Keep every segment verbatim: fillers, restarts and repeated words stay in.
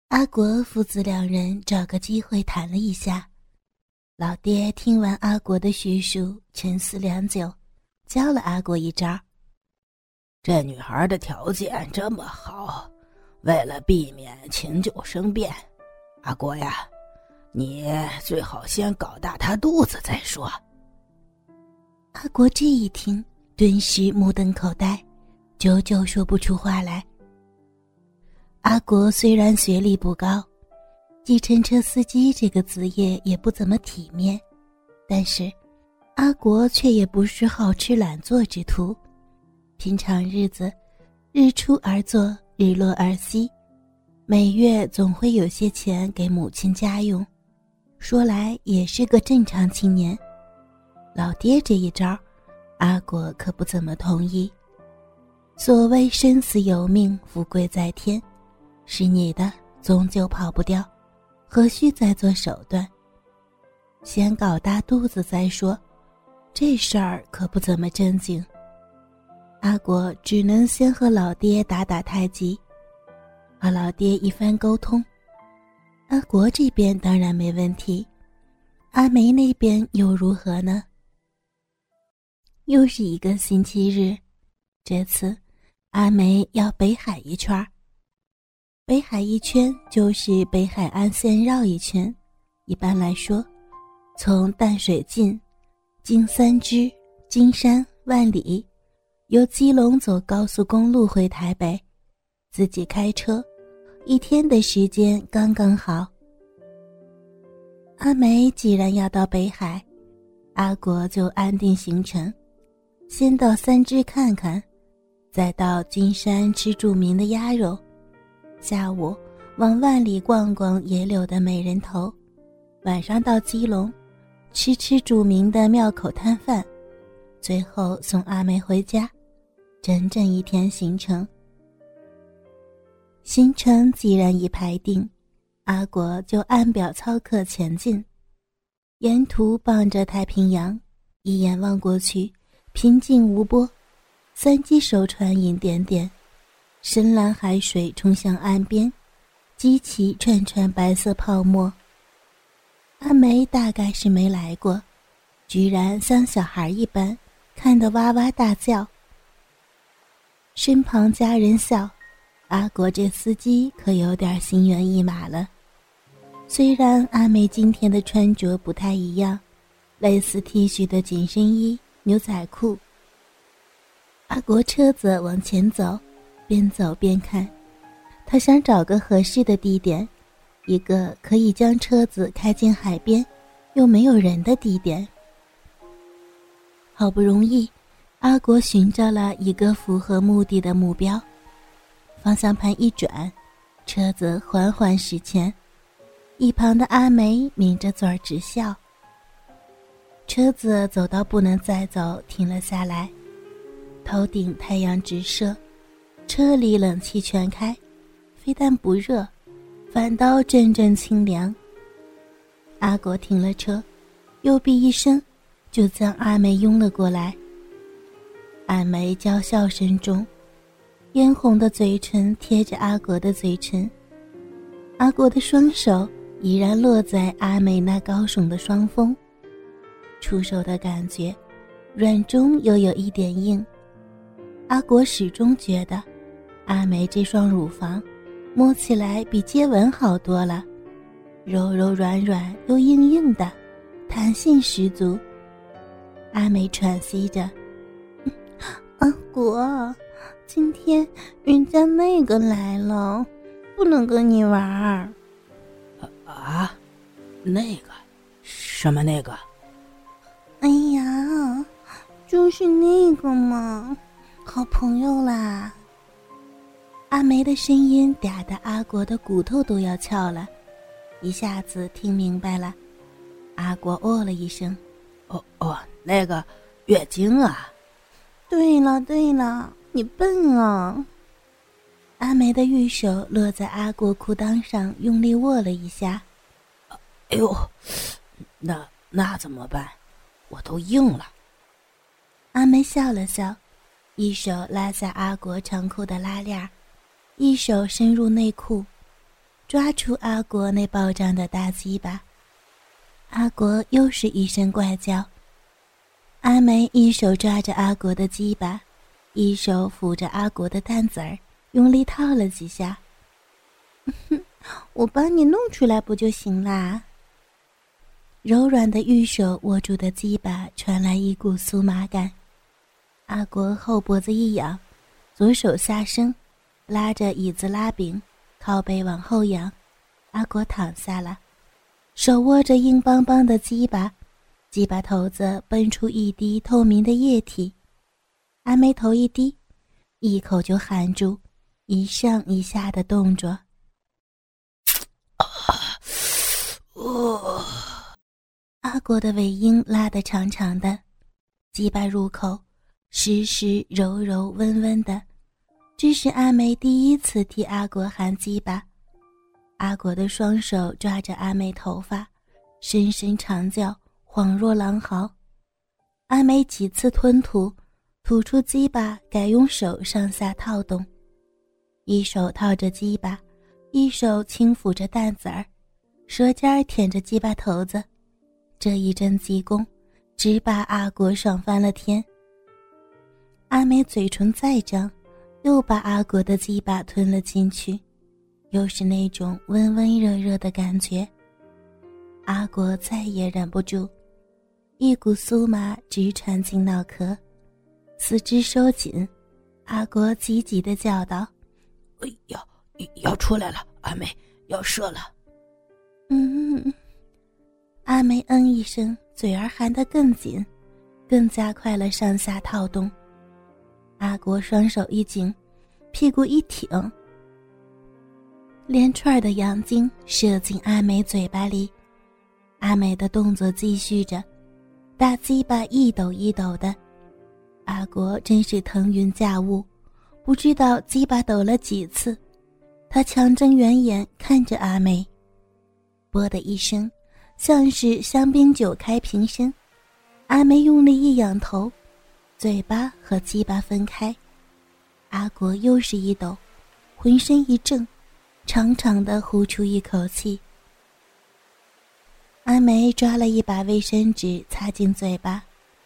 阿国父子两人找个机会谈了一下。老爹听完阿国的叙述，沉思良久，教了阿国一招。 这女孩的条件这么好，为了避免秦九生变，阿国呀，你最好先搞大她肚子再说。 阿国这一听，顿时目瞪口呆，久久说不出话来。阿国虽然学历不高，计程车司机这个职业也不怎么体面，但是阿国却也不是好吃懒做之徒。平常日子，日出而作，日落而息，每月总会有些钱给母亲家用，说来也是个正常青年。老爹这一招，阿国可不怎么同意。所谓生死有命，富贵在天，是你的终究跑不掉，何须再做手段？先搞大肚子再说，这事儿可不怎么正经。阿国只能先和老爹打打太极，和老爹一番沟通。阿国这边当然没问题，阿梅那边又如何呢？又是一个星期日，这次阿梅要北海一圈。北海一圈就是北海岸线绕一圈，一般来说，从淡水进，经三支、金山、万里，由基隆走高速公路回台北，自己开车，一天的时间刚刚好。阿梅既然要到北海，阿国就安定行程，先到三支看看，再到金山吃著名的鸭肉，下午往万里逛逛野柳的美人头，晚上到基隆吃吃著名的庙口摊贩，最后送阿梅回家，整整一天行程。行程既然已排定，阿国就按表操课前进。沿途傍着太平洋，一眼望过去，平静无波，三机手船影点点，深蓝海水冲向岸边，激起串串白色泡沫。阿梅大概是没来过，居然像小孩一般看得哇哇大叫。身旁家人笑，阿国这司机可有点心猿意马了。虽然阿梅今天的穿着不太一样，类似 T 恤的紧身衣、牛仔裤。阿国车子往前走，边走边看，他想找个合适的地点，一个可以将车子开进海边又没有人的地点。好不容易，阿国寻找了一个符合目的的目标，方向盘一转，车子缓缓驶前，一旁的阿梅抿着嘴儿直笑。车子走到不能再走，停了下来，头顶太阳直射，车里冷气全开，非但不热，反倒阵阵清凉。阿国停了车，右臂一伸，就将阿梅拥了过来。阿梅娇笑声中，嫣红的嘴唇贴着阿国的嘴唇，阿国的双手依然落在阿梅那高耸的双峰，触手的感觉软中又有一点硬。阿国始终觉得阿梅这双乳房摸起来比接吻好多了，柔柔软软又硬硬的，弹性十足。阿梅喘息着，阿国，今天人家那个来了，不能跟你玩儿。 啊，那个？什么那个？ 哎呀，就是那个嘛，好朋友啦。阿梅的声音嗲得阿国的骨头都要翘了，一下子听明白了。阿国哦了一声， 哦哦，那个月经啊。 对了对了，你笨啊。阿梅的玉手落在阿国裤裆上，用力握了一下。 哎呦，那那怎么办？我都硬了。 阿梅笑了笑，一手拉下阿国长裤的拉链，一手伸入内裤， 抓住阿国那暴涨的大鸡巴。阿国又是一声怪叫。阿梅一手抓着阿国的鸡巴，一手扶着阿国的蛋子儿，用力套了几下。我帮你弄出来不就行啦？柔软的玉手握住的鸡巴传来一股酥麻感。阿国后脖子一仰，左手下身拉着椅子拉柄，靠背往后仰。阿国躺下了，手握着硬邦邦的鸡巴，鸡巴头子奔出一滴透明的液体。阿梅头一低，一口就含住，一上一下的动着。 啊，哦， 阿国的尾音拉得长长的，鸡巴入口，湿湿柔柔温温的，这是阿梅第一次替阿国含鸡巴。阿国的双手抓着阿梅头发，深深长叫，恍若狼嚎。阿梅几次吞吐，吐出鸡巴，改用手上下套动，一手套着鸡巴，一手轻抚着蛋子儿，舌尖舔着鸡巴头子。这一阵急攻，直把阿国爽翻了天。阿梅嘴唇再张，又把阿国的鸡巴吞了进去，又是那种温温热热的感觉。阿国再也忍不住，一股酥麻直传进脑壳，四肢收紧。阿国急急地叫道： 哎呀，要出来了，阿梅要射了。 嗯，阿梅嗯一声，嘴儿含得更紧，更加快了上下套动。阿国双手一紧，屁股一挺，连串的阳精射进阿梅嘴巴里。阿梅的动作继续着，大鸡巴一抖一抖的。阿国真是腾云驾雾，不知道鸡巴抖了几次。他强睁圆眼看着阿梅，啵的一声，像是香槟酒开瓶声。阿梅用力一仰头，嘴巴和鸡巴分开。阿国又是一抖，浑身一震，长长的呼出一口气。阿梅抓了一把卫生纸擦进嘴巴，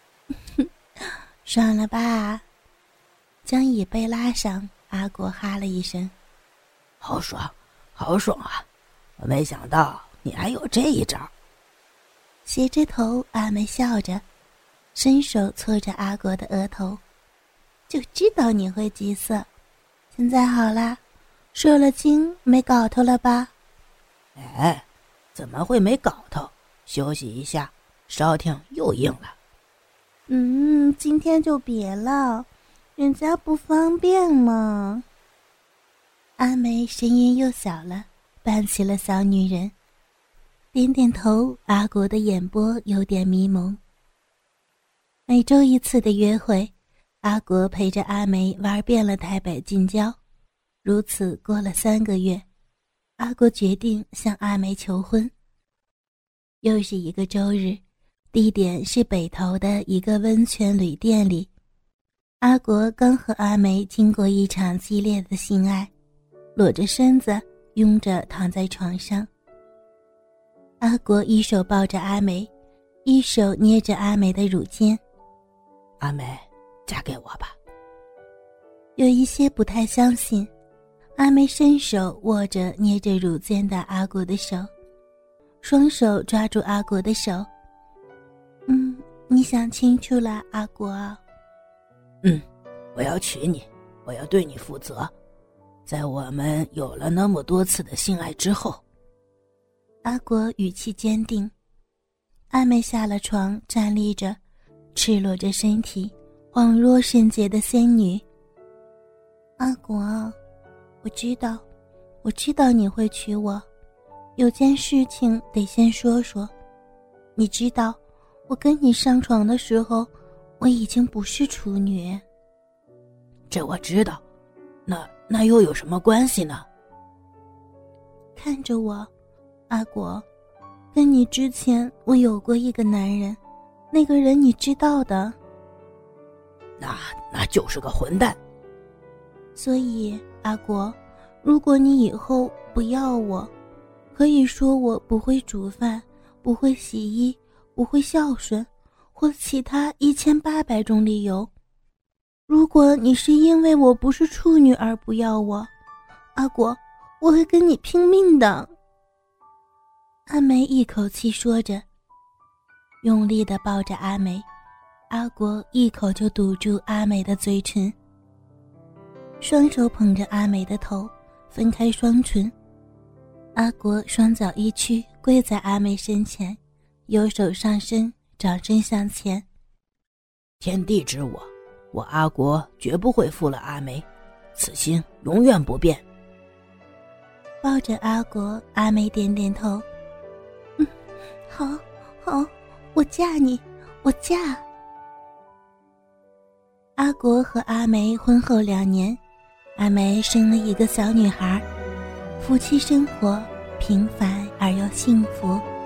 爽了吧？将椅背拉上，阿国哈了一声， 好爽，好爽啊！我没想到你还有这一招。 斜着头，阿梅笑着，伸手搓着阿国的额头，就知道你会急色。现在好啦，射了精，没搞头了吧？ 哎，怎么会没搞头？休息一下，稍停又硬了。 嗯，今天就别了，人家不方便嘛。阿梅声音又小了，扮起了小女人，点点头。阿国的眼波有点迷蒙。每周一次的约会，阿国陪着阿梅玩遍了台北近郊。如此过了三个月，阿国决定向阿梅求婚。又是一个周日，地点是北投的一个温泉旅店里。阿国刚和阿梅经过一场激烈的性爱，裸着身子拥着躺在床上。阿国一手抱着阿梅，一手捏着阿梅的乳尖。 阿梅，嫁给我吧。 有一些不太相信，阿梅伸手握着捏着乳尖的阿国的手，双手抓住阿国的手。嗯，你想清楚了，阿国。 嗯，我要娶你，我要对你负责。在我们有了那么多次的性爱之后。 阿国语气坚定。阿梅下了床，站立着，赤裸着身体，恍若圣洁的仙女。阿国，我知道，我知道你会娶我。有件事情得先说说。你知道，我跟你上床的时候，我已经不是处女。 这我知道，那那又有什么关系呢？ 看着我，阿国，跟你之前我有过一个男人，那个人你知道的。 那那就是个混蛋。 所以阿国，如果你以后不要我， 可以说我不会煮饭，不会洗衣，不会孝顺，或其他一千八百种理由。如果你是因为我不是处女而不要我，阿国，我会跟你拼命的。阿梅一口气说着，用力地抱着阿梅，阿国一口就堵住阿梅的嘴唇，双手捧着阿梅的头，分开双唇。阿国双脚一屈，跪在阿梅身前，右手上身，掌身向前。 天地之我，我阿国绝不会负了阿梅，此心永远不变。 抱着阿国，阿梅点点头。嗯，好，好，我嫁你，我嫁。阿国和阿梅婚后两年，阿梅生了一个小女孩，夫妻生活平凡而又幸福。